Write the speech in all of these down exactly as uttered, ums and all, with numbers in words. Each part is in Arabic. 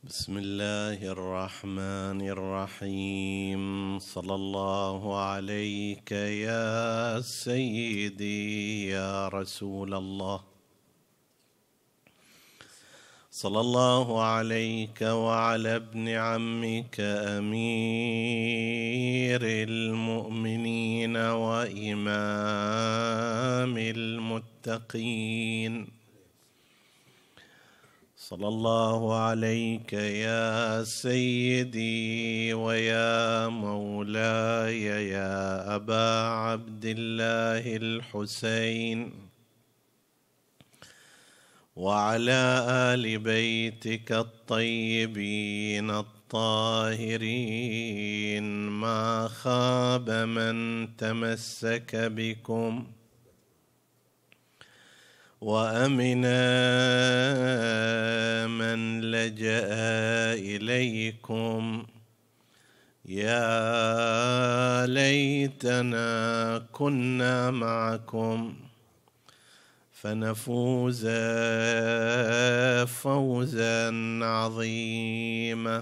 بسم الله الرحمن الرحيم. صلى الله عليك يا سيدي يا رسول الله. صلى الله عليك وعلى ابن عمك أمير المؤمنين وإمام المتقين. صلى الله عليك يا سيدي ويا مولاي يا أبا عبد الله الحسين، وعلى آل بيتك الطيبين الطاهرين، ما خاب من تمسك بكم وأمنا من لجأ إليكم. يا ليتنا كنا معكم فنفوز فوزا عظيما.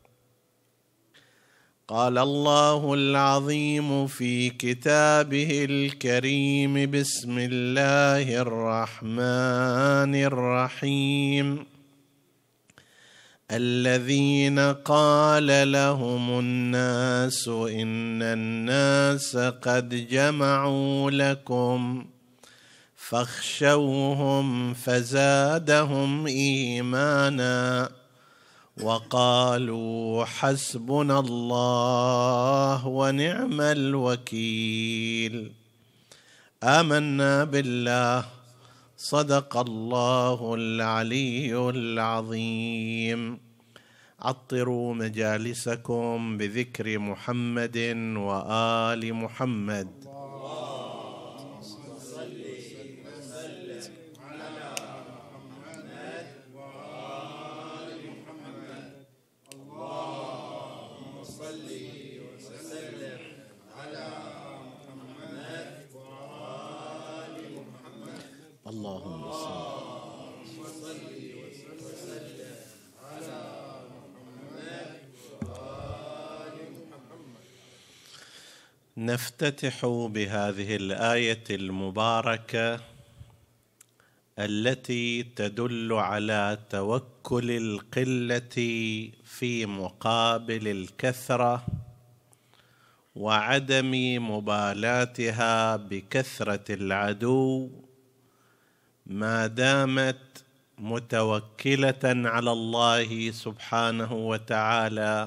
قال الله العظيم في كتابه الكريم: بسم الله الرحمن الرحيم. الذين قال لهم الناس إن الناس قد جمعوا لكم فاخشوهم فزادهم إيمانا وقالوا حسبنا الله ونعم الوكيل. آمنا بالله. صدق الله العلي العظيم. عطروا مجالسكم بذكر محمد وآل محمد. اللهم صل وسلم على محمد وآل محمد. نفتتح بهذه الآية المباركة التي تدل على توكل القلة في مقابل الكثرة وعدم مبالاتها بكثرة العدو ما دامت متوكلة على الله سبحانه وتعالى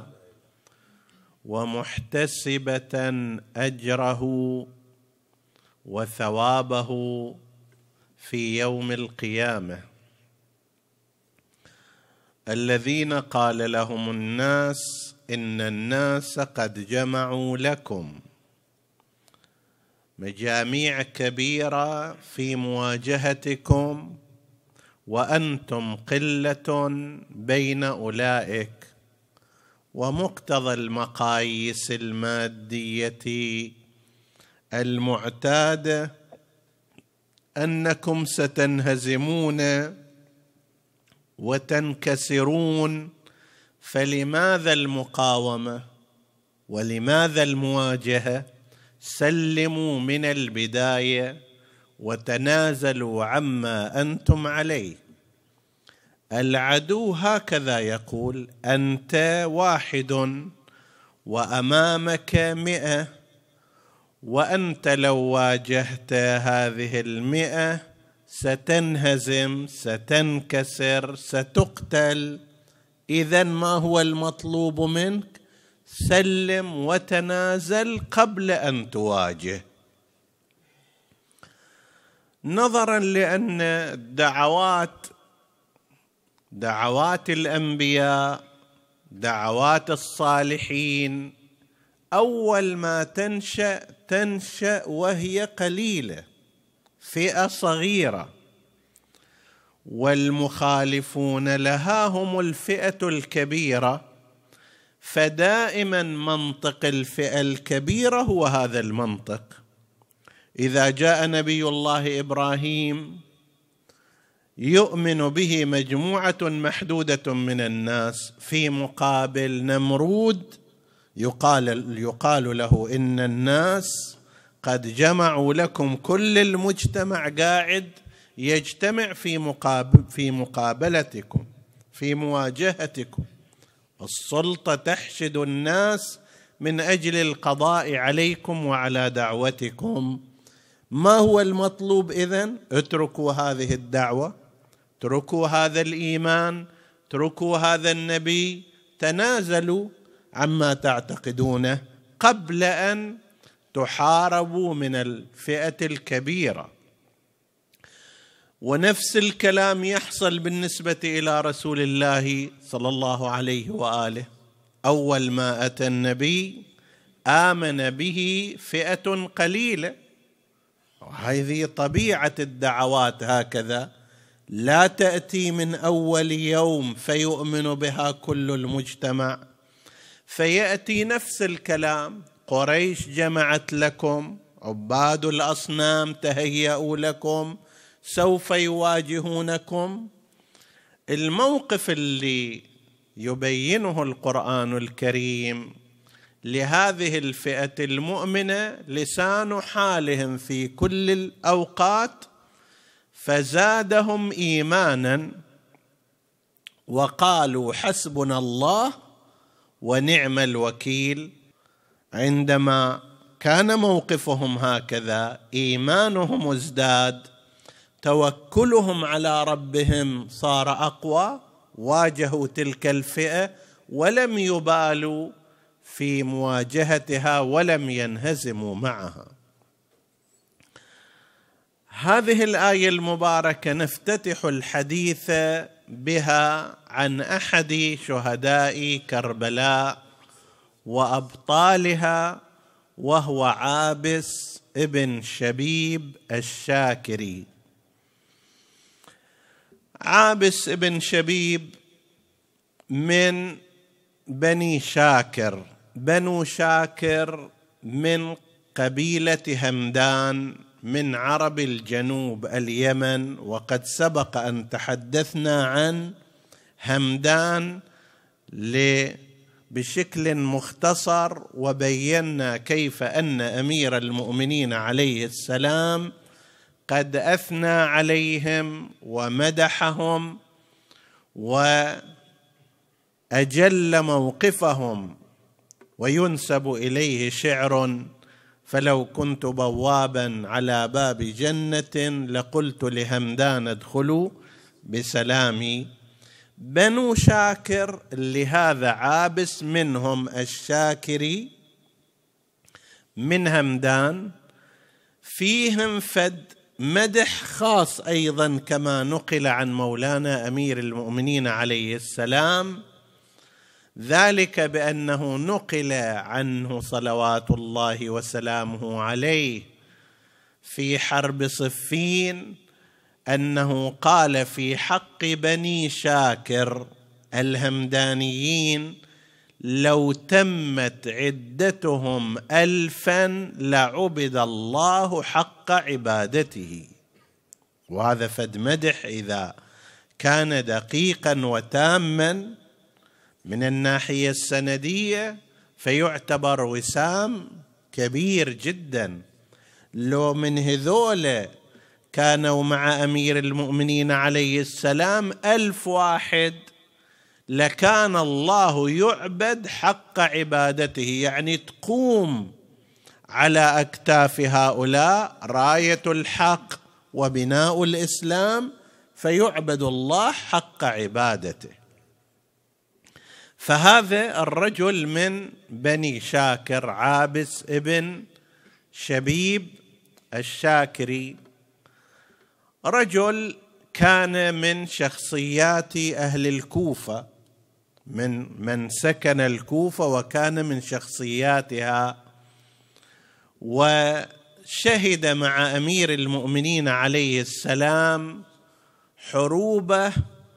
ومحتسبة أجره وثوابه في يوم القيامة. الذين قال لهم الناس إن الناس قد جمعوا لكم، مجاميع كبيرة في مواجهتكم وأنتم قلة بين أولئك، ومقتضى المقاييس المادية المعتادة أنكم ستنهزمون وتنكسرون، فلماذا المقاومة ولماذا المواجهة؟ سلموا من البداية وتنازلوا عما أنتم عليه. العدو هكذا يقول: أنت واحد وأمامك مئة، وأنت لو واجهت هذه المئة ستنهزم، ستنكسر، ستقتل. إذن ما هو المطلوب منك؟ سلم وتنازل قبل أن تواجه. نظرا لأن الدعوات دعوات الأنبياء، دعوات الصالحين، أول ما تنشأ تنشأ وهي قليلة، فئة صغيرة، والمخالفون لها هم الفئة الكبيرة، فدائما منطق الفئة الكبيرة هو هذا المنطق. إذا جاء نبي الله إبراهيم يؤمن به مجموعة محدودة من الناس، في مقابل نمرود يقال, يقال له إن الناس قد جمعوا لكم، كل المجتمع قاعد يجتمع في مقابل في مقابلتكم، في مواجهتكم. السلطة تحشد الناس من أجل القضاء عليكم وعلى دعوتكم. ما هو المطلوب إذن؟ اتركوا هذه الدعوة، اتركوا هذا الإيمان، اتركوا هذا النبي، تنازلوا عما تعتقدونه قبل أن تحاربوا من الفئة الكبيرة. ونفس الكلام يحصل بالنسبة إلى رسول الله صلى الله عليه وآله. أول ما أتى النبي آمن به فئة قليلة، وهذه طبيعة الدعوات هكذا، لا تأتي من أول يوم فيؤمن بها كل المجتمع، فيأتي نفس الكلام: قريش جمعت لكم، عباد الأصنام تهيأوا لكم، سوف يواجهونكم. الموقف اللي يبينه القرآن الكريم لهذه الفئة المؤمنة لسان حالهم في كل الأوقات، فزادهم إيمانا وقالوا حسبنا الله ونعم الوكيل. عندما كان موقفهم هكذا إيمانهم ازداد، توكلهم على ربهم صار أقوى، واجهوا تلك الفئة ولم يبالوا في مواجهتها ولم ينهزموا معها. هذه الآية المباركة نفتتح الحديث بها عن أحد شهداء كربلاء وأبطالها، وهو عابس ابن شبيب الشاكري. عابس ابن شبيب من بني شاكر. بنو شاكر من قبيلة همدان من عرب الجنوب اليمن، وقد سبق أن تحدثنا عن همدان بشكل مختصر، وبينا كيف أن أمير المؤمنين عليه السلام قد أثنى عليهم ومدحهم وأجل موقفهم، وينسب إليه شعر: فلو كنت بوابا على باب جنة لقلت لهمدان ادخلوا بسلامي. بنو شاكر لهذا عابس منهم الشاكري من همدان، فيهم فد مدح خاص أيضا كما نقل عن مولانا أمير المؤمنين عليه السلام، ذلك بأنه نقل عنه صلوات الله وسلامه عليه في حرب صفين أنه قال في حق بني شاكر الهمدانيين: لو تمت عدتهم ألفا لعبد الله حق عبادته. وهذا فد مدح إذا كان دقيقا وتاما من الناحية السندية فيعتبر وسام كبير جدا. لو من هذول كانوا مع أمير المؤمنين عليه السلام ألف واحد لكان الله يعبد حق عبادته، يعني تقوم على أكتاف هؤلاء راية الحق وبناء الإسلام، فيعبد الله حق عبادته. فهذا الرجل من بني شاكر عابس ابن شبيب الشاكري رجل كان من شخصيات أهل الكوفة، من من سكن الكوفة وكان من شخصياتها، وشهد مع أمير المؤمنين عليه السلام حروبه،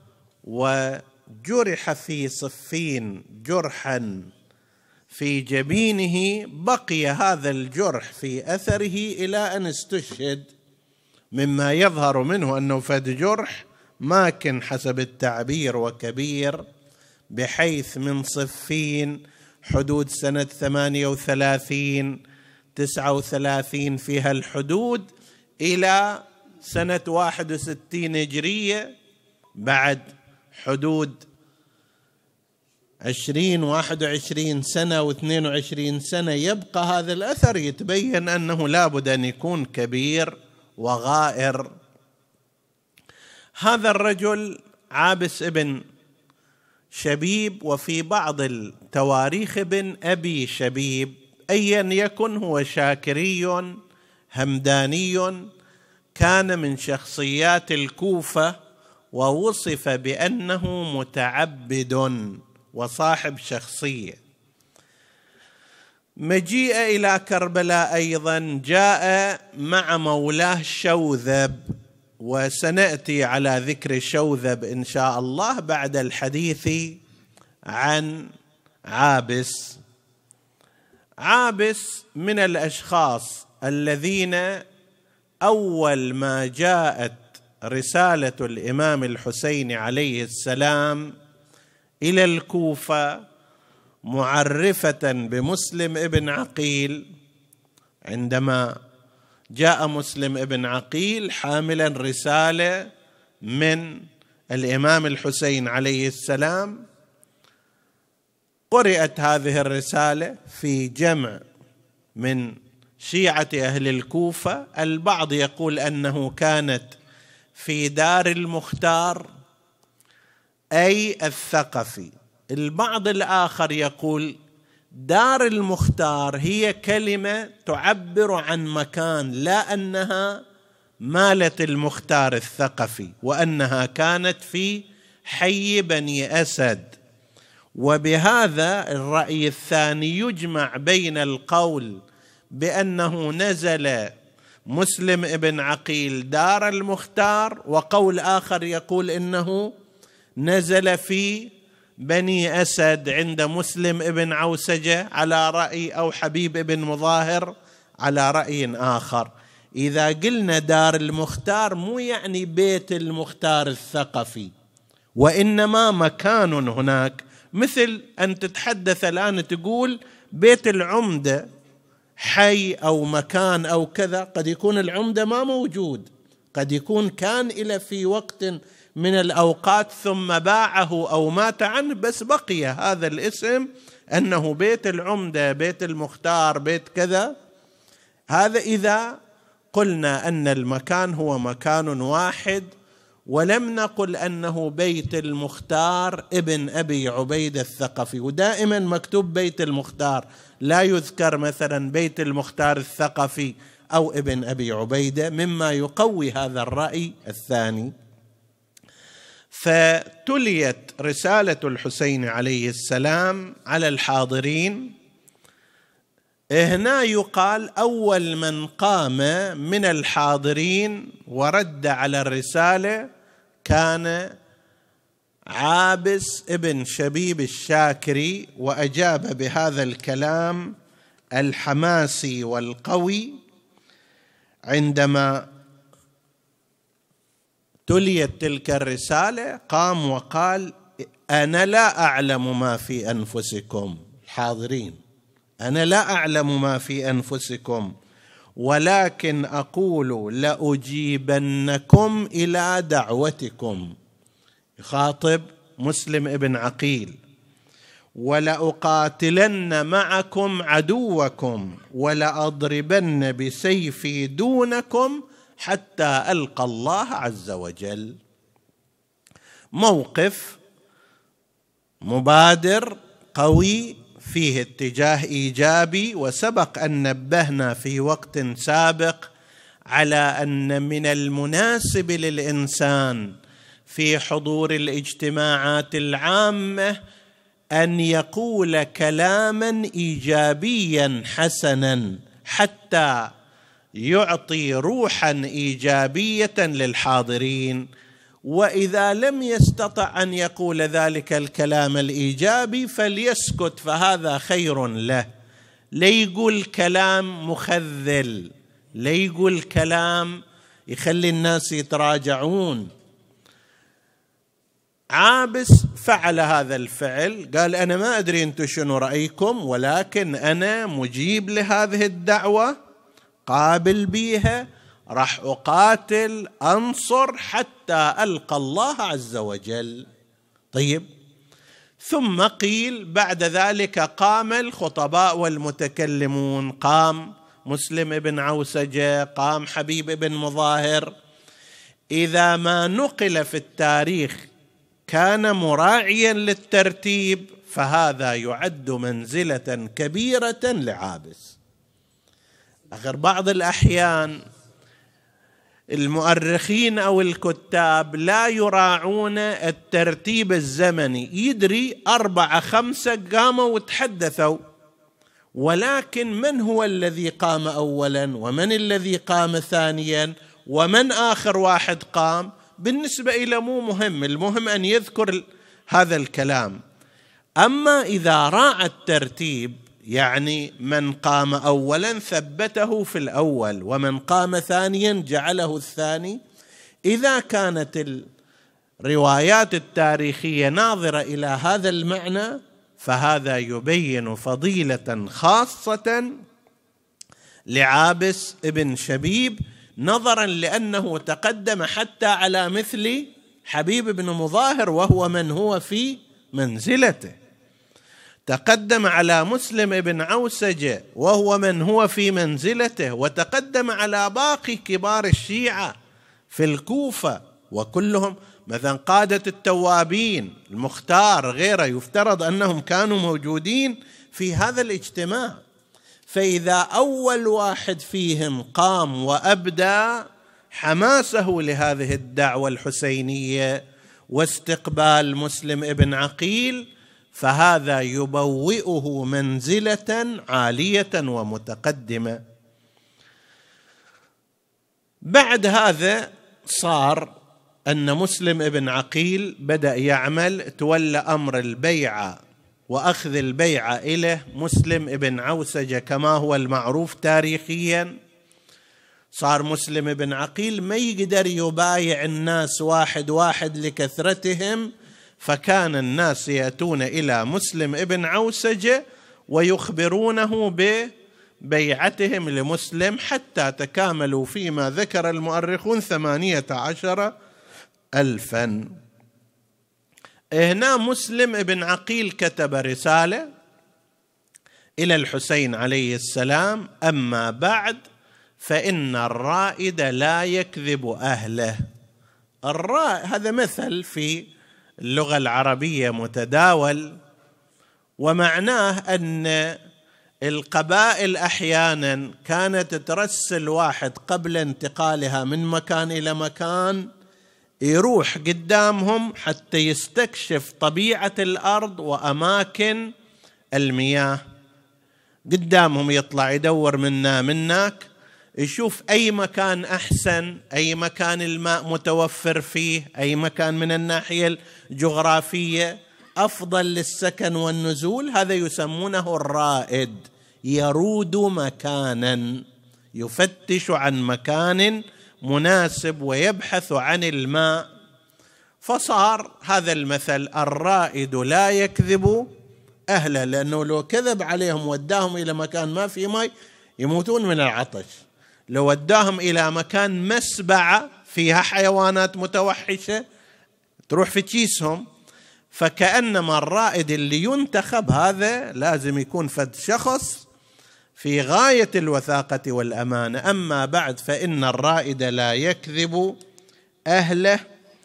وجرح في صفين جرحا في جبينه، بقي هذا الجرح في أثره إلى أن استشهد، مما يظهر منه أنه فد جرح ماكن حسب التعبير وكبير، بحيث من صفين حدود سنة ثمانية وثلاثين تسعة وثلاثين فيها الحدود إلى سنة واحد وستين هجرية، بعد حدود عشرين واحد وعشرين سنة واثنين وعشرين سنة يبقى هذا الأثر، يتبين أنه لابد أن يكون كبير وغائر. هذا الرجل عابس ابن شبيب، وفي بعض التواريخ ابن أبي شبيب، أيا يكن هو شاكري همداني، كان من شخصيات الكوفة، ووصف بأنه متعبد وصاحب شخصية. مجيء إلى كربلاء أيضا جاء مع مولاه شوذب، وسنأتي على ذكر شوذب إن شاء الله بعد الحديث عن عابس. عابس من الأشخاص الذين أول ما جاءت رسالة الإمام الحسين عليه السلام إلى الكوفة معرفة بمسلم ابن عقيل، عندما جاء مسلم ابن عقيل حاملا رسالة من الإمام الحسين عليه السلام، قرأت هذه الرسالة في جمع من شيعة أهل الكوفة. البعض يقول أنه كانت في دار المختار أي الثقفي، البعض الآخر يقول دار المختار هي كلمة تعبر عن مكان، لا أنها مالت المختار الثقفي، وأنها كانت في حي بني أسد. وبهذا الرأي الثاني يجمع بين القول بأنه نزل مسلم ابن عقيل دار المختار، وقول آخر يقول إنه نزل في بني أسد عند مسلم ابن عوسجة على رأي، أو حبيب ابن مظاهر على رأي آخر. إذا قلنا دار المختار مو يعني بيت المختار الثقفي، وإنما مكان هناك، مثل أن تتحدث الآن تقول بيت العمدة حي أو مكان أو كذا، قد يكون العمدة ما موجود، قد يكون كان إلى في وقت من الأوقات ثم باعه أو مات عنه، بس بقي هذا الاسم أنه بيت العمدة، بيت المختار، بيت كذا. هذا إذا قلنا أن المكان هو مكان واحد، ولم نقل أنه بيت المختار ابن أبي عبيدة الثقفي. ودائما مكتوب بيت المختار، لا يذكر مثلا بيت المختار الثقفي أو ابن أبي عبيدة، مما يقوي هذا الرأي الثاني. فتليت رسالة الحسين عليه السلام على الحاضرين. هنا يقال أول من قام من الحاضرين ورد على الرسالة كان عابس ابن شبيب الشاكري، وأجاب بهذا الكلام الحماسي والقوي. عندما تليت تلك الرسالة قام وقال: أنا لا أعلم ما في أنفسكم، الحاضرين، أنا لا أعلم ما في أنفسكم، ولكن أقول لأجيبنكم إلى دعوتكم. يخاطب مسلم ابن عقيل: ولأقاتلن معكم عدوكم ولأضربن بسيفي دونكم حتى ألقى الله عز وجل. موقف مبادر قوي فيه اتجاه إيجابي. وسبق أن نبهنا في وقت سابق على أن من المناسب للإنسان في حضور الاجتماعات العامة أن يقول كلاما إيجابيا حسنا حتى يعطي روحا إيجابية للحاضرين. وإذا لم يستطع أن يقول ذلك الكلام الإيجابي فليسكت، فهذا خير له. ليقول كلام مخذل، ليقول كلام يخلي الناس يتراجعون. عابس فعل هذا الفعل، قال أنا ما أدري أنتم شنو رأيكم، ولكن أنا مجيب لهذه الدعوة، قابل بيها، راح أقاتل أنصر حتى ألقى الله عز وجل. طيب، ثم قيل بعد ذلك قام الخطباء والمتكلمون، قام مسلم بن عوسجة، قام حبيب بن مظاهر. إذا ما نقل في التاريخ كان مراعيا للترتيب، فهذا يعد منزلة كبيرة لعابس. آخر بعض الأحيان المؤرخين أو الكتاب لا يراعون الترتيب الزمني، يدري أربعة خمسة قاموا وتحدثوا، ولكن من هو الذي قام أولا ومن الذي قام ثانيا ومن آخر واحد قام بالنسبة إلى مو مهم، المهم أن يذكر هذا الكلام. أما إذا راعى الترتيب، يعني من قام أولا ثبته في الأول، ومن قام ثانيا جعله الثاني. إذا كانت الروايات التاريخية ناظرة إلى هذا المعنى، فهذا يبين فضيلة خاصة لعابس ابن شبيب، نظرا لأنه تقدم حتى على مثل حبيب بن مظاهر وهو من هو في منزلته، تقدم على مسلم بن عوسجة وهو من هو في منزلته، وتقدم على باقي كبار الشيعة في الكوفة، وكلهم مثلا قادة التوابين، المختار، غيره، يفترض أنهم كانوا موجودين في هذا الاجتماع. فإذا أول واحد فيهم قام وأبدى حماسه لهذه الدعوة الحسينية واستقبال مسلم ابن عقيل، فهذا يبوئه منزلة عالية ومتقدمة. بعد هذا صار أن مسلم ابن عقيل بدأ يعمل، تولى أمر البيعة وأخذ البيعة إليه مسلم ابن عوسجة كما هو المعروف تاريخيا. صار مسلم ابن عقيل ما يقدر يبايع الناس واحد واحد لكثرتهم، فكان الناس يأتون إلى مسلم ابن عوسجة ويخبرونه ببيعتهم لمسلم، حتى تكاملوا فيما ذكر المؤرخون ثمانية عشر ألفا. هنا مسلم ابن عقيل كتب رسالة إلى الحسين عليه السلام: أما بعد فإن الرائد لا يكذب أهله. الرائد هذا مثل في اللغة العربية متداول، ومعناه أن القبائل أحيانا كانت ترسل واحد قبل انتقالها من مكان إلى مكان، يروح قدامهم حتى يستكشف طبيعة الأرض وأماكن المياه، قدامهم يطلع يدور منا منك، يشوف أي مكان أحسن، أي مكان الماء متوفر فيه، أي مكان من الناحية الجغرافية أفضل للسكن والنزول. هذا يسمونه الرائد، يرود مكانا، يفتش عن مكان مناسب ويبحث عن الماء. فصار هذا المثل: الرائد لا يكذب أهله، لأنه لو كذب عليهم وداهم إلى مكان ما فيه ماء يموتون من العطش، لو وداهم إلى مكان مسبعة فيها حيوانات متوحشة تروح في كيسهم. فكأنما الرائد اللي ينتخب هذا لازم يكون فد شخص في غاية الوثاقة والأمانة. أما بعد فإن الرائد لا يكذب أهله،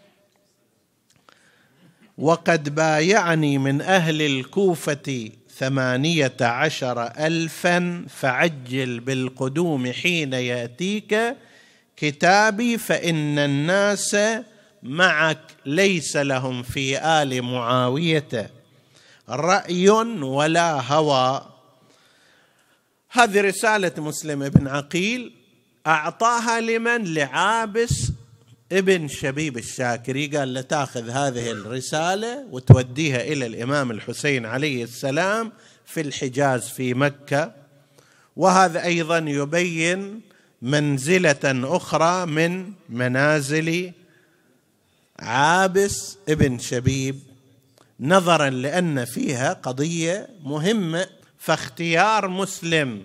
وقد بايعني من أهل الكوفة ثمانية عشر ألفا، فعجل بالقدوم حين يأتيك كتابي، فإن الناس معك ليس لهم في آل معاوية رأي ولا هوى. هذه رسالة مسلم بن عقيل أعطاها لمن؟ لعابس ابن شبيب الشاكري، قال له تأخذ هذه الرسالة وتوديها إلى الإمام الحسين عليه السلام في الحجاز في مكة. وهذا أيضا يبين منزلة أخرى من منازل عابس ابن شبيب، نظرا لأن فيها قضية مهمة، فاختيار مسلم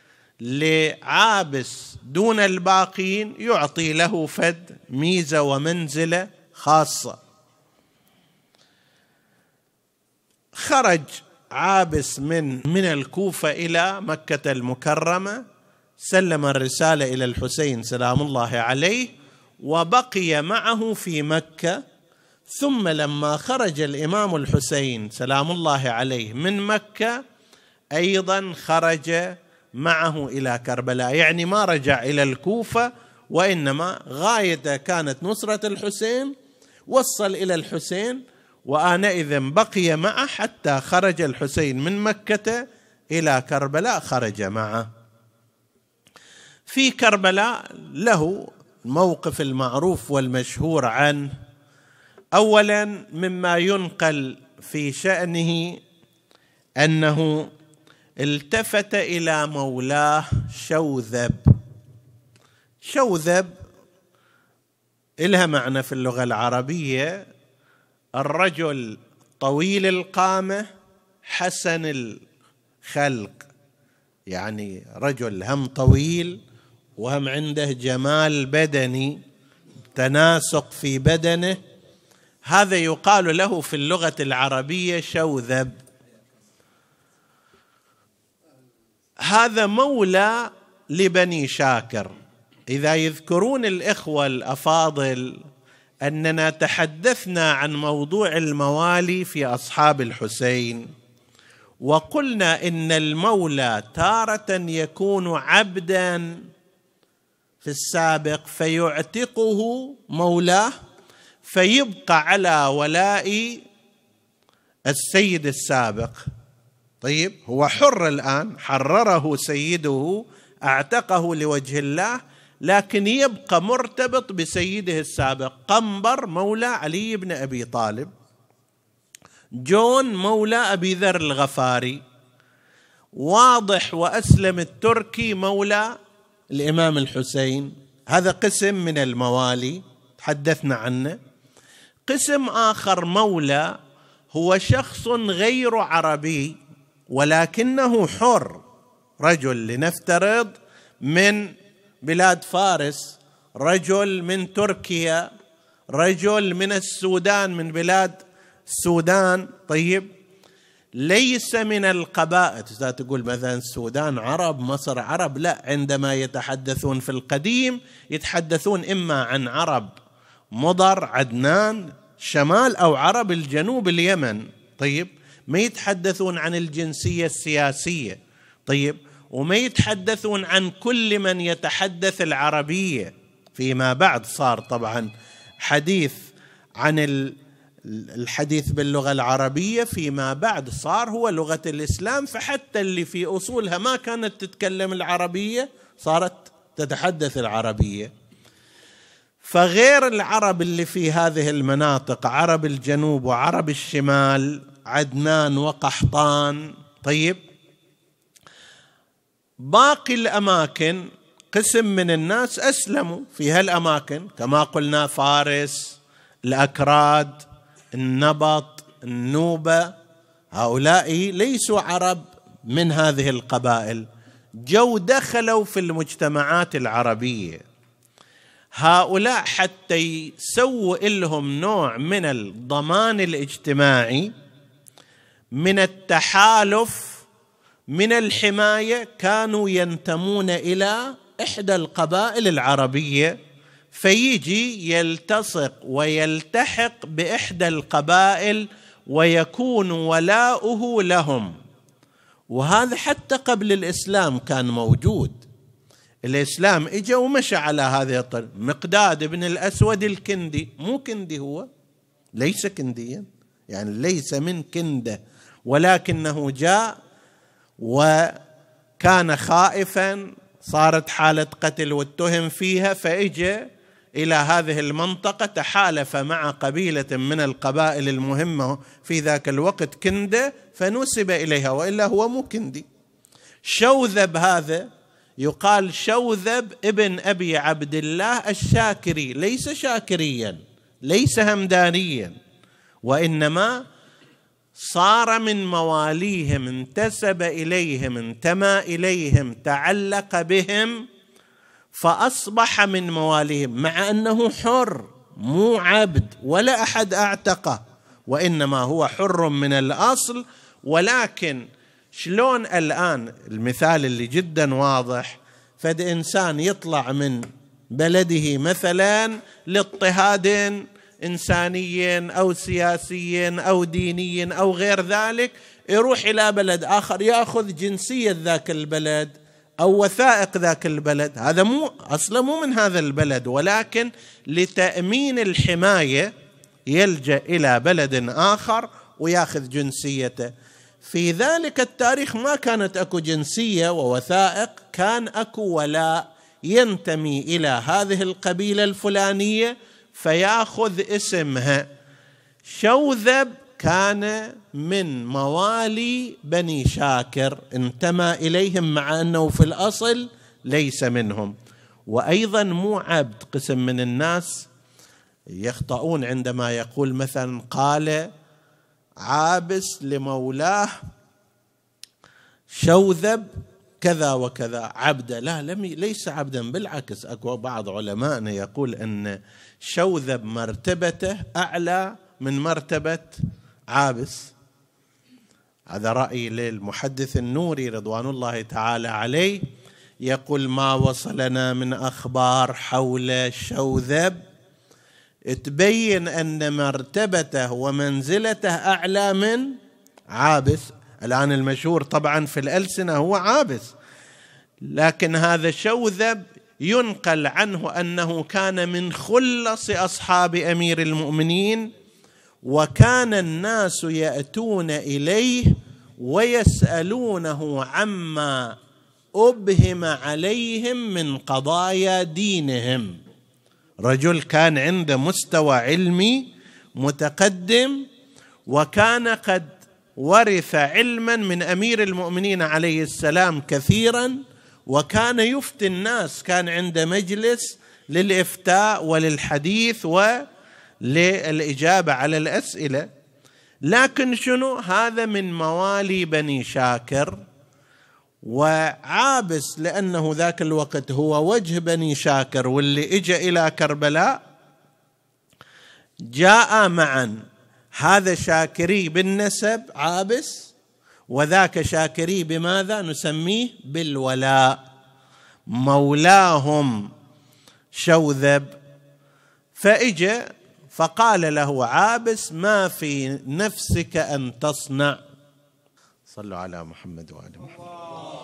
لعابس دون الباقين يعطي له فد ميزة ومنزلة خاصة. خرج عابس من من الكوفة إلى مكة المكرمة، سلم الرسالة إلى الحسين سلام الله عليه وبقي معه في مكة. ثم لما خرج الإمام الحسين سلام الله عليه من مكة أيضا خرج معه إلى كربلاء، يعني ما رجع إلى الكوفة، وإنما غايته كانت نصرة الحسين، وصل إلى الحسين وآنئذ بقي معه حتى خرج الحسين من مكة إلى كربلاء، خرج معه. في كربلاء له الموقف المعروف والمشهور عنه. أولا مما ينقل في شأنه أنه التفت إلى مولاه شوذب. شوذب إلها معنى في اللغة العربية الرجل طويل القامة حسن الخلق، يعني رجل هم طويل وهم عنده جمال بدني، تناسق في بدنه، هذا يقال له في اللغة العربية شوذب. هذا مولى لبني شاكر. إذا يذكرون الإخوة الأفاضل أننا تحدثنا عن موضوع الموالي في أصحاب الحسين، وقلنا إن المولى تارة يكون عبداً في السابق فيعتقه مولاه فيبقى على ولاء السيد السابق. طيب هو حر الآن، حرره سيده اعتقه لوجه الله، لكن يبقى مرتبط بسيده السابق. قنبر مولى علي بن أبي طالب، جون مولى أبي ذر الغفاري، واضح وأسلم التركي مولى الإمام الحسين. هذا قسم من الموالي تحدثنا عنه. قسم آخر مولى هو شخص غير عربي ولكنه حر، رجل لنفترض من بلاد فارس، رجل من تركيا، رجل من السودان، من بلاد السودان. طيب ليس من القبائل. تقول مثلا السودان عرب، مصر عرب، لا، عندما يتحدثون في القديم يتحدثون إما عن عرب مضر عدنان شمال أو عرب الجنوب اليمن. طيب ما يتحدثون عن الجنسية السياسية. طيب وما يتحدثون عن كل من يتحدث العربية. فيما بعد صار طبعا حديث عن الحديث باللغة العربية، فيما بعد صار هو لغة الإسلام، فحتى اللي في أصولها ما كانت تتكلم العربية صارت تتحدث العربية. فغير العرب اللي في هذه المناطق، عرب الجنوب وعرب الشمال، عدنان وقحطان. طيب باقي الأماكن قسم من الناس أسلموا في هالأماكن، كما قلنا فارس، الأكراد، النبط، النوبة، هؤلاء ليسوا عرب من هذه القبائل، جو دخلوا في المجتمعات العربية. هؤلاء حتى يسووا لهم نوع من الضمان الاجتماعي، من التحالف، من الحماية، كانوا ينتمون إلى إحدى القبائل العربية، فيجي يلتصق ويلتحق بإحدى القبائل ويكون ولاؤه لهم. وهذا حتى قبل الإسلام كان موجود. الإسلام إجا ومشى على هذه الطريقة. مقداد بن الأسود الكندي، مو كندي، هو ليس كنديا، يعني ليس من كندة، ولكنه جاء وكان خائفا، صارت حالة قتل واتهم فيها، فإجا إلى هذه المنطقة، تحالف مع قبيلة من القبائل المهمة في ذاك الوقت كندة، فنسب إليها، وإلا هو مو كندي. شوذب هذا يقال شوذب ابن أبي عبد الله الشاكري، ليس شاكريا، ليس همدانيا، وإنما صار من مواليهم، انتسب إليهم، انتمى إليهم، تعلق بهم، فأصبح من مواليهم، مع أنه حر مو عبد ولا أحد أعتقه، وإنما هو حر من الأصل. ولكن شلون الآن المثال اللي جدا واضح، فد إنسان يطلع من بلده مثلا لاضطهاد إنساني أو سياسي أو ديني أو غير ذلك، يروح إلى بلد آخر يأخذ جنسية ذاك البلد أو وثائق ذاك البلد، هذا مو أصلا مو من هذا البلد، ولكن لتأمين الحماية يلجأ إلى بلد آخر ويأخذ جنسيته. في ذلك التاريخ ما كانت أكو جنسية ووثائق، كان أكو ولاء ينتمي إلى هذه القبيلة الفلانية فيأخذ اسمها. شوذب كان من موالي بني شاكر، انتمى إليهم مع أنه في الأصل ليس منهم. وأيضا مو عبد. قسم من الناس يخطئون عندما يقول مثلا قال عابس لمولاه شوذب كذا وكذا عبدا، لا لم ليس عبدا، بالعكس أكو بعض علمائنا يقول أن شوذب مرتبته أعلى من مرتبة عابس. هذا رأي للمحدث النوري رضوان الله تعالى عليه، يقول ما وصلنا من أخبار حول شوذب تبين أن مرتبته ومنزلته أعلى من عابس. الآن المشهور طبعا في الألسنة هو عابس، لكن هذا شوذب ينقل عنه أنه كان من خلص أصحاب أمير المؤمنين، وكان الناس يأتون إليه ويسألونه عما أبهم عليهم من قضايا دينهم. رجل كان عنده مستوى علمي متقدم، وكان قد ورث علما من أمير المؤمنين عليه السلام كثيرا، وكان يفتي الناس، كان عنده مجلس للإفتاء وللحديث وللإجابة على الأسئلة. لكن شنو؟ هذا من موالي بني شاكر. وعابس لأنه ذاك الوقت هو وجه بني شاكر واللي إجا إلى كربلاء، جاء معا، هذا شاكري بالنسب عابس، وذاك شاكري بماذا نسميه؟ بالولاء، مولاهم شوذب. فإجا فقال له عابس ما في نفسك أن تصنع. صلوا على محمد وآل محمد.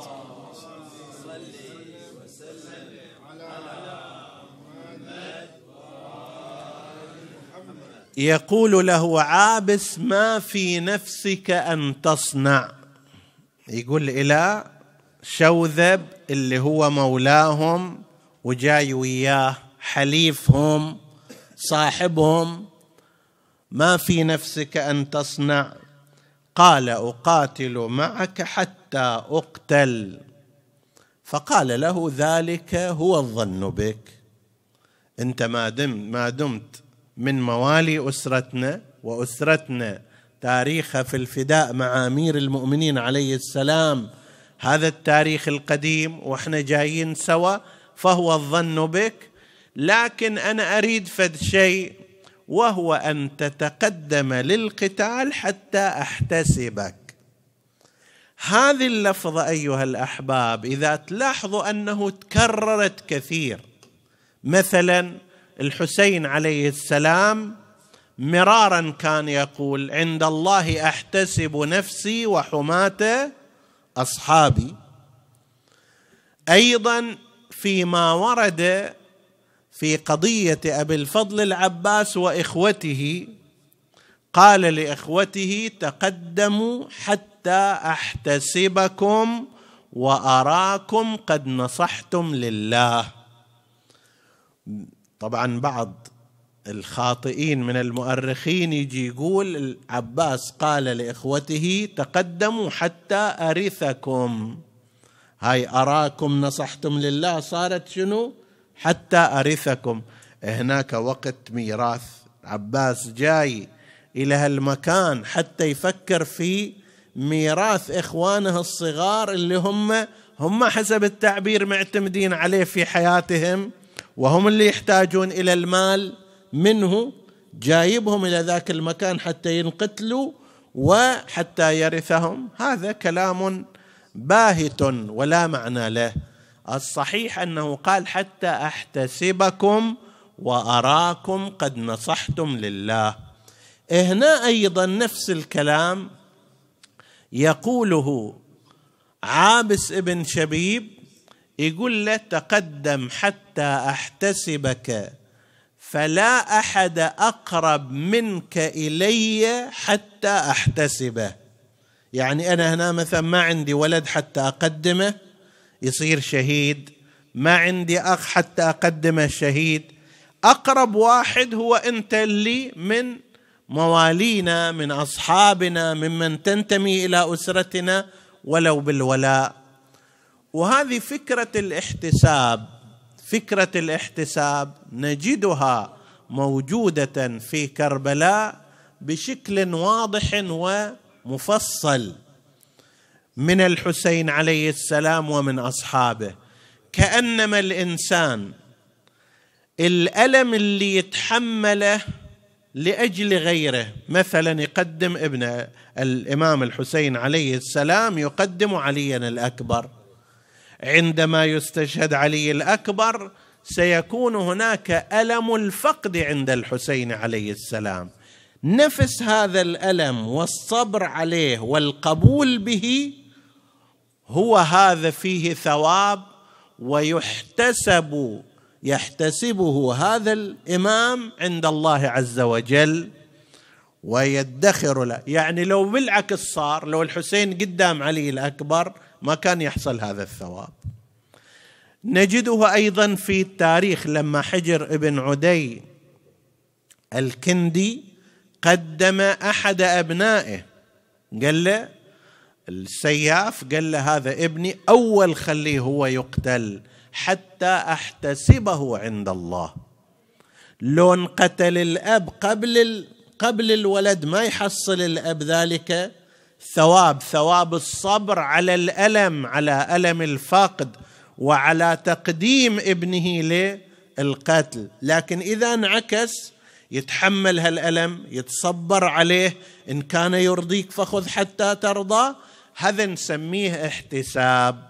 يقول له عابس ما في نفسك أن تصنع، يقول إلى شوذب اللي هو مولاهم وجاي وياه حليفهم صاحبهم، ما في نفسك أن تصنع؟ قال أقاتل معك حتى أقتل. فقال له ذلك هو الظن بك، أنت ما دمت ما دمت من موالي أسرتنا، وأسرتنا تاريخها في الفداء مع أمير المؤمنين عليه السلام، هذا التاريخ القديم وإحنا جايين سوا، فهو الظن بك. لكن أنا أريد فد شيء، وهو أن تتقدم للقتال حتى أحتسبك. هذه اللفظة أيها الأحباب إذا تلاحظوا أنه تكررت كثير. مثلا الحسين عليه السلام مرارا كان يقول عند الله أحتسب نفسي وحماة أصحابي. أيضا فيما ورد في قضية أبي الفضل العباس وإخوته، قال لإخوته تقدموا حتى أحتسبكم وأراكم قد نصحتم لله. طبعا بعض الخاطئين من المؤرخين يجي يقول العباس قال لإخوته تقدموا حتى أرثكم، هاي أراكم نصحتم لله صارت شنو؟ حتى أرثكم. هناك وقت ميراث عباس جاي إلى هالمكان حتى يفكر في ميراث إخوانه الصغار اللي هم هم حسب التعبير معتمدين عليه في حياتهم، وهم اللي يحتاجون إلى المال منه، جايبهم إلى ذاك المكان حتى ينقتلوا وحتى يرثهم. هذا كلام باهت ولا معنى له. الصحيح أنه قال حتى أحتسبكم وأراكم قد نصحتم لله. هنا أيضا نفس الكلام يقوله عابس ابن شبيب، يقول له تقدم حتى أحتسبك فلا أحد أقرب منك إلي حتى أحتسبه. يعني أنا هنا مثلا ما عندي ولد حتى أقدمه يصير شهيد، ما عندي أخ حتى أقدمه شهيد، أقرب واحد هو أنت اللي من موالينا، من أصحابنا، ممن تنتمي إلى أسرتنا ولو بالولاء. وهذه فكرة الاحتساب، فكرة الاحتساب نجدها موجودة في كربلاء بشكل واضح ومفصل من الحسين عليه السلام ومن أصحابه. كأنما الإنسان الألم اللي يتحمله لأجل غيره، مثلا يقدم ابن الإمام الحسين عليه السلام يقدم عليا الأكبر، عندما يستشهد علي الأكبر سيكون هناك ألم الفقد عند الحسين عليه السلام. نفس هذا الألم والصبر عليه والقبول به هو هذا فيه ثواب، ويحتسب يحتسبه هذا الإمام عند الله عز وجل ويدخر له. يعني لو بالعكس صار، لو الحسين قدام علي الأكبر ما كان يحصل هذا الثواب. نجده أيضا في التاريخ لما حجر ابن عدي الكندي قدم أحد أبنائه، قال له السياف، قال له هذا ابني، أول خليه هو يقتل حتى أحتسبه عند الله. لو انقتل الأب قبل قبل الولد ما يحصل الأب ذلك ثواب، ثواب الصبر على الألم، على ألم الفقد وعلى تقديم ابنه للقتل. لكن إذا انعكس يتحمل هالألم، يتصبر عليه، إن كان يرضيك فخذ حتى ترضى، هذا نسميه احتساب.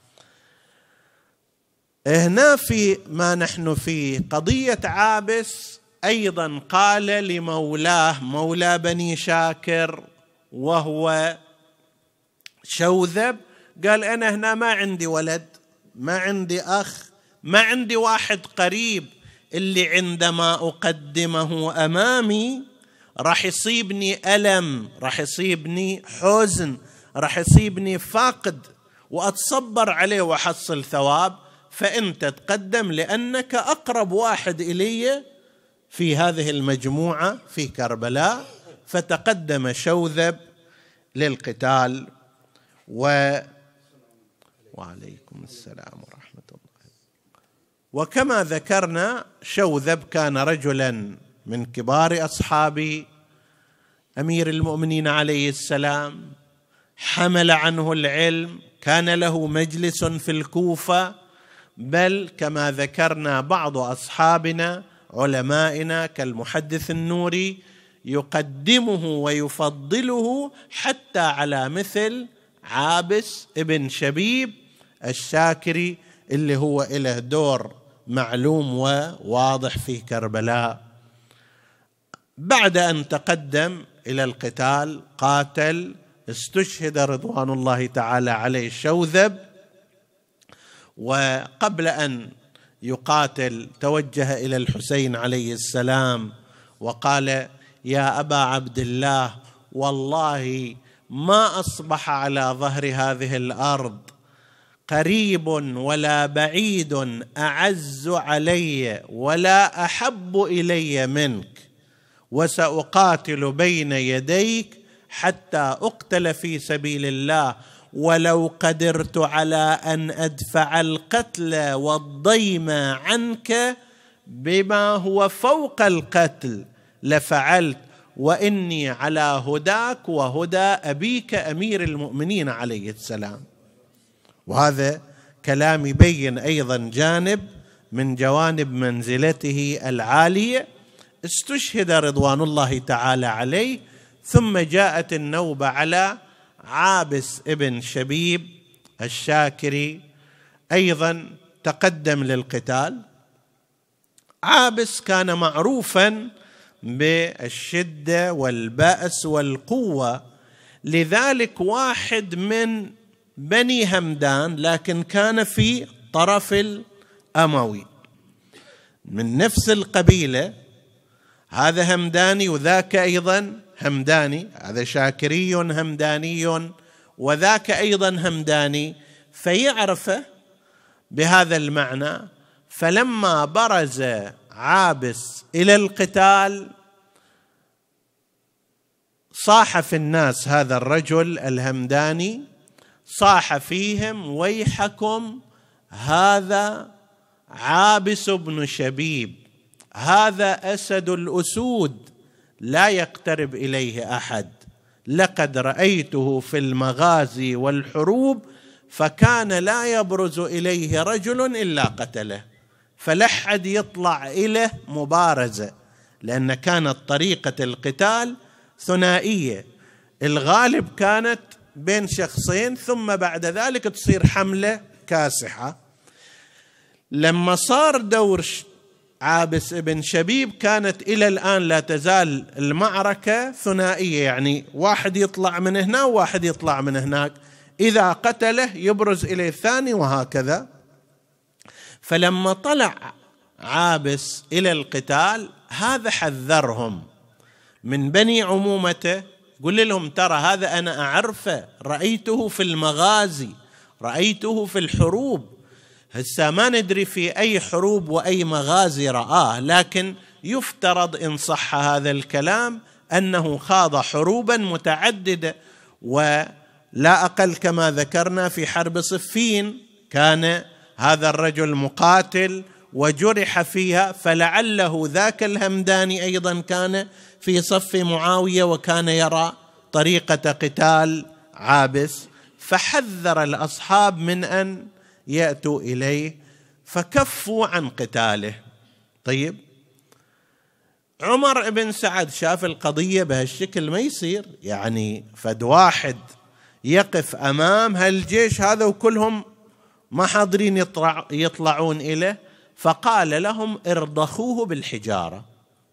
هنا في ما نحن في قضية عابس أيضا قال لمولاه، مولى بني شاكر وهو شوذب، قال أنا هنا ما عندي ولد، ما عندي أخ، ما عندي واحد قريب، اللي عندما أقدمه أمامي راح يصيبني ألم، راح يصيبني حزن، راح يصيبني فقد، وأتصبر عليه وأحصل ثواب. فأنت تقدم لأنك أقرب واحد إلي في هذه المجموعة في كربلاء. فتقدم شوذب للقتال. و... وعليكم السلام ورحمة الله. وكما ذكرنا شوذب كان رجلا من كبار أصحاب أمير المؤمنين عليه السلام، حمل عنه العلم، كان له مجلس في الكوفة، بل كما ذكرنا بعض أصحابنا علمائنا كالمحدث النوري يقدمه ويفضله حتى على مثل عابس ابن شبيب الشاكري اللي هو له دور معلوم وواضح في كربلاء. بعد أن تقدم إلى القتال قاتل، استشهد رضوان الله تعالى عليه شوذب. وقبل أن يقاتل توجه إلى الحسين عليه السلام وقال يا أبا عبد الله، والله ما أصبح على ظهر هذه الأرض قريب ولا بعيد أعز علي ولا أحب إلي منك، وسأقاتل بين يديك حتى أقتل في سبيل الله، ولو قدرت على أن أدفع القتل والضيم عنك بما هو فوق القتل لفعلت وإني على هداك وهدى أبيك أمير المؤمنين عليه السلام. وهذا كلام يبين أيضا جانب من جوانب منزلته العالية. استشهد رضوان الله تعالى عليه، ثم جاءت النوبة على عابس ابن شبيب الشاكري، أيضا تقدم للقتال. عابس كان معروفا بالشدة والبأس والقوة، لذلك واحد من بني همدان، لكن كان في طرف الأموي من نفس القبيلة، هذا همداني وذاك أيضا همداني، هذا شاكري همداني وذاك أيضا همداني، فيعرفه بهذا المعنى. فلما برز عابس إلى القتال صاح في الناس هذا الرجل الهمداني، صاح فيهم: ويحكم، هذا عابس بن شبيب، هذا أسد الأسود، لا يقترب إليه أحد، لقد رأيته في المغازي والحروب فكان لا يبرز إليه رجل إلا قتله، فلا أحد يطلع إليه مبارزة، لأن كانت طريقة القتال ثنائية، الغالب كانت بين شخصين ثم بعد ذلك تصير حملة كاسحة. لما صار دور عابس ابن شبيب كانت إلى الآن لا تزال المعركة ثنائية، يعني واحد يطلع من هنا وواحد يطلع من هناك، إذا قتله يبرز إليه الثاني وهكذا. فلما طلع عابس إلى القتال هذا حذرهم من بني عمومته، قل لهم ترى هذا أنا أعرفه، رأيته في المغازي، رأيته في الحروب، هسه ما ندري في أي حروب وأي مغازي رآه، لكن يفترض إن صح هذا الكلام أنه خاض حروبا متعددة، ولا أقل كما ذكرنا في حرب صفين كان هذا الرجل مقاتل وجرح فيها، فلعله ذاك الهمداني أيضا كان في صف معاوية وكان يرى طريقة قتال عابس، فحذر الأصحاب من أن يأتوا إليه فكفوا عن قتاله. طيب عمر بن سعد شاف القضية بهالشكل ما يصير، يعني فد واحد يقف أمام هالجيش هذا وكلهم ما حاضرين يطلع يطلعون إليه، فقال لهم ارضخوه بالحجارة.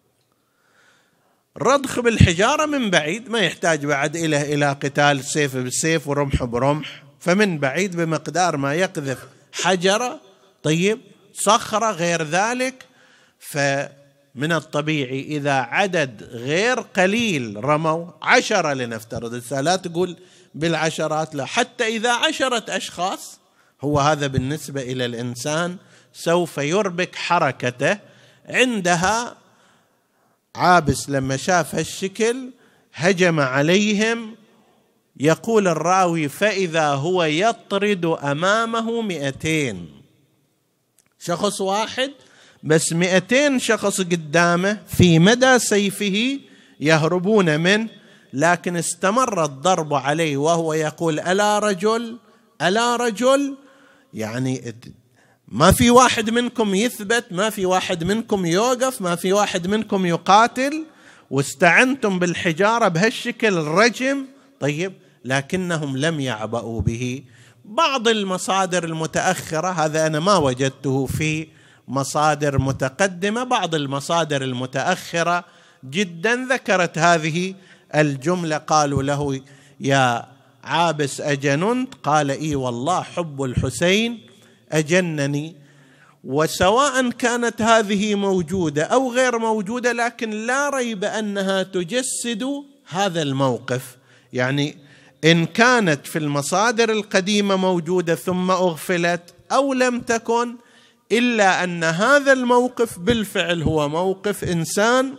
رضخ بالحجارة من بعيد، ما يحتاج بعد إلى إلى قتال سيف بالسيف ورمح برمح، فمن بعيد بمقدار ما يقذف حجرة، طيب صخرة غير ذلك. فمن الطبيعي إذا عدد غير قليل رموا عشرة لنفترض، لا تقول بالعشرات، لا، حتى إذا عشرة أشخاص، هو هذا بالنسبة إلى الإنسان سوف يربك حركته. عندها عابس لما شاف هالشكل هجم عليهم، يقول الراوي فإذا هو يطرد أمامه مئتين شخص واحد، بس مئتين شخص قدامه في مدى سيفه يهربون منه، لكن استمر الضرب عليه وهو يقول ألا رجل ألا رجل، يعني ما في واحد منكم يثبت، ما في واحد منكم يوقف، ما في واحد منكم يقاتل، واستعنتم بالحجارة بهالشكل الرجم. طيب لكنهم لم يعبأوا به. بعض المصادر المتأخرة، هذا أنا ما وجدته في مصادر متقدمة، بعض المصادر المتأخرة جدا ذكرت هذه الجملة، قالوا له يا عابس أجننت؟ قال إي والله حب الحسين أجنني. وسواء كانت هذه موجودة أو غير موجودة، لكن لا ريب أنها تجسد هذا الموقف. يعني إن كانت في المصادر القديمة موجودة ثم أغفلت أو لم تكن، إلا أن هذا الموقف بالفعل هو موقف إنسان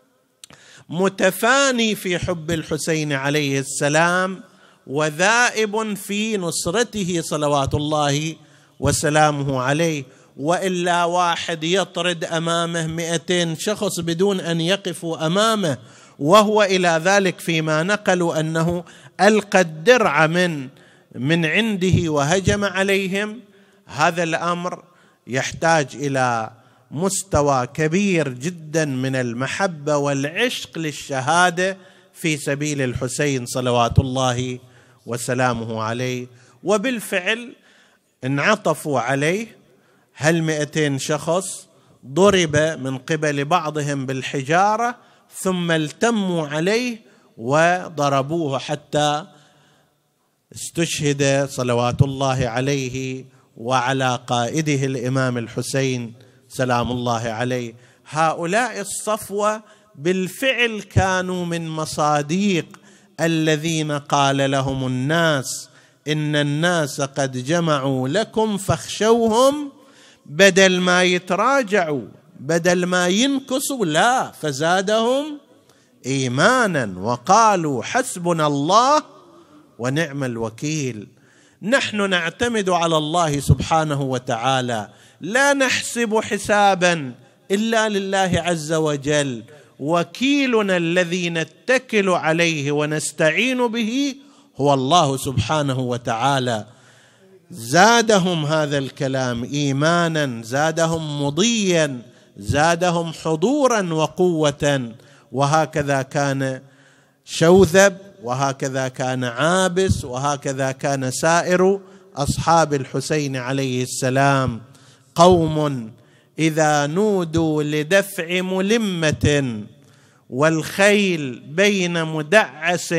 متفاني في حب الحسين عليه السلام وذائب في نصرته صلوات الله وسلامه عليه. وإلا واحد يطرد أمامه مئتين شخص بدون أن يقفوا أمامه، وهو إلى ذلك فيما نقلوا أنه ألقى الدرع من من عنده وهجم عليهم. هذا الأمر يحتاج إلى مستوى كبير جدا من المحبة والعشق للشهادة في سبيل الحسين صلوات الله وسلامه عليه. وبالفعل انعطفوا عليه، هل مئتين شخص ضرب من قبل بعضهم بالحجارة، ثم التموا عليه وضربوه حتى استشهد صلوات الله عليه وعلى قائده الإمام الحسين سلام الله عليه. هؤلاء الصفوة بالفعل كانوا من مصاديق الذين قال لهم الناس إن الناس قد جمعوا لكم فاخشوهم، بدل ما يتراجعوا، بدل ما ينكسوا، لا، فزادهم إيمانا وقالوا حسبنا الله ونعم الوكيل. نحن نعتمد على الله سبحانه وتعالى، لا نحسب حسابا إلا لله عز وجل. وكيلنا الذي نتكل عليه ونستعين به هو الله سبحانه وتعالى. زادهم هذا الكلام إيمانا، زادهم مضيا، زادهم حضورا وقوة. وهكذا كان شوذب، وهكذا كان عابس، وهكذا كان سائر أصحاب الحسين عليه السلام. قوم إذا نودوا لدفع ملمة والخيل بين مدعس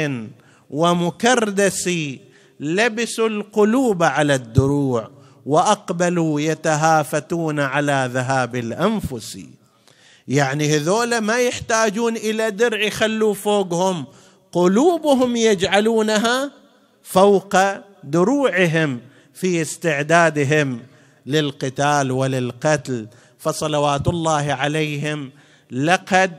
ومكردس لبسوا القلوب على الدروع وأقبلوا يتهافتون على ذهاب الأنفس. يعني هذول ما يحتاجون إلى درع يخلوا فوقهم، قلوبهم يجعلونها فوق دروعهم في استعدادهم للقتال وللقتل. فصلوات الله عليهم لقد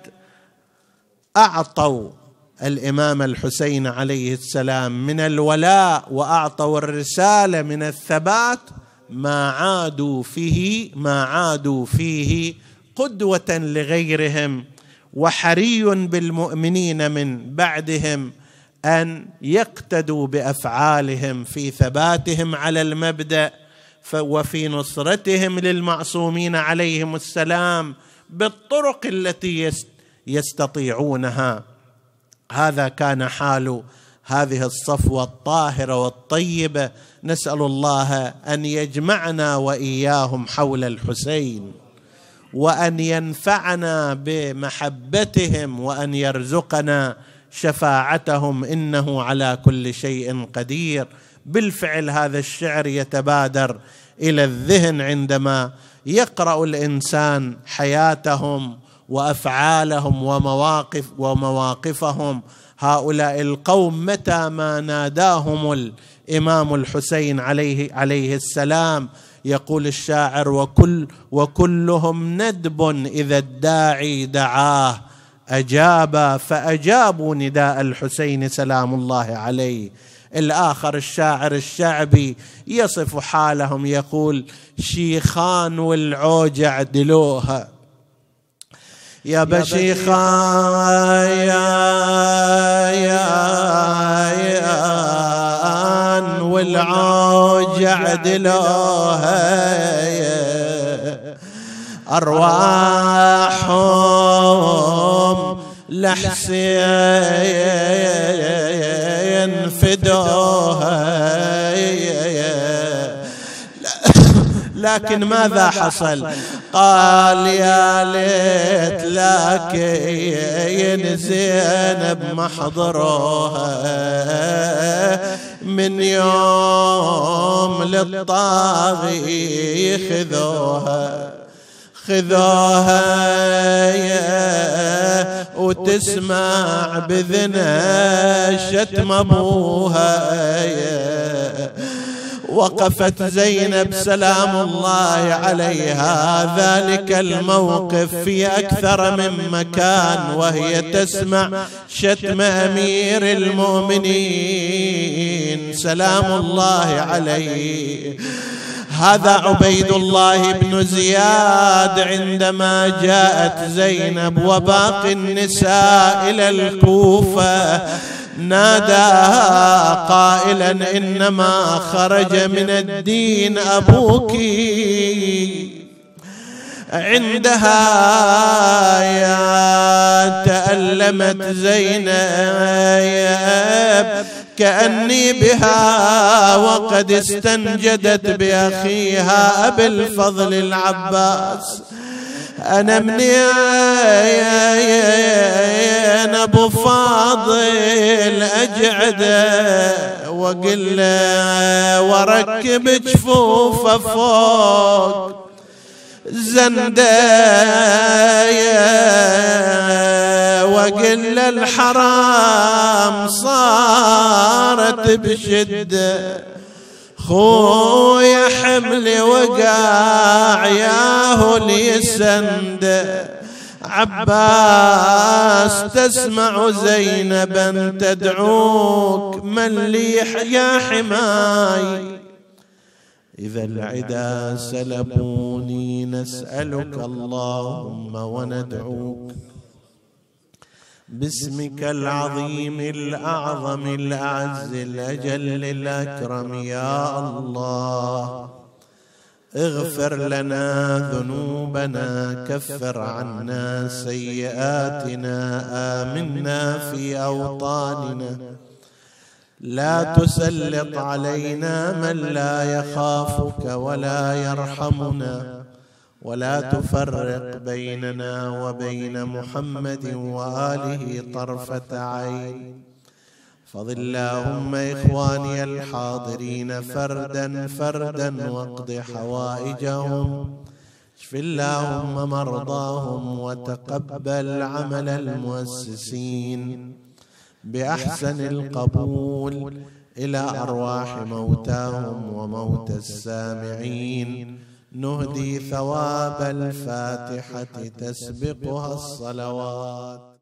أعطوا الإمام الحسين عليه السلام من الولاء وأعطوا الرسالة من الثبات ما عادوا فيه ما عادوا فيه قدوة لغيرهم. وحري بالمؤمنين من بعدهم أن يقتدوا بأفعالهم في ثباتهم على المبدأ وفي نصرتهم للمعصومين عليهم السلام بالطرق التي يستطيعونها. هذا كان حال هذه الصفوة الطاهرة والطيبة. نسأل الله أن يجمعنا وإياهم حول الحسين، وأن ينفعنا بمحبتهم، وأن يرزقنا شفاعتهم، إنه على كل شيء قدير. بالفعل هذا الشعر يتبادر إلى الذهن عندما يقرأ الإنسان حياتهم وأفعالهم ومواقف ومواقفهم. هؤلاء القوم متى ما ناداهم الإمام الحسين عليه عليه السلام، يقول الشاعر: وكل وكلهم ندب إذا الداعي دعاه أجاب، فأجابوا نداء الحسين سلام الله عليه. الآخر الشاعر الشعبي يصف حالهم يقول: شيخان والعوجع دلوها يا بشيخان يا والعوجع دلوها أرواحهم لحسين فدوها. لكن ماذا حصل؟ قال: يا ليت لكن زينب محضروها من يوم للطاغي خذوها خذوها وتسمع بذنها شتم ابوها. وقفت زينب سلام الله عليها ذلك الموقف في أكثر من مكان وهي تسمع شتم أمير المؤمنين سلام الله عليه. هذا عبيد الله بن زياد عندما جاءت زينب وباقي النساء إلى الكوفة ناداها قائلا إنما خرج من الدين أبوك. عندها يا تألمت زينب كأني بها وقد استنجدت بأخيها أبي الفضل العباس. أنا منين أبو فاضل أجعده وقل وركب جفوفه فوق زندايا وقل الحرام صارت بشدة خويا حملي وقاع ياهو ليسند. عباس تسمع زينبا تدعوك من لي يا حماي. إذا العدا سلبوني نسألك اللهم وندعوك باسمك العظيم الأعظم الأعز الأجل الأكرم يا الله. اغفر لنا ذنوبنا كفر عنا سيئاتنا آمنا في أوطاننا لا تسلط علينا من لا يخافك ولا يرحمنا ولا تفرق بيننا وبين محمد وآله طرفة عين. فضل اللهم إخواني الحاضرين فردا فردا واقض حوائجهم. اشف اللهم مرضاهم وتقبل عمل المؤسسين بأحسن القبول إلى أرواح موتاهم وموتى السامعين. نهدي ثواب الفاتحة تسبقها الصلوات.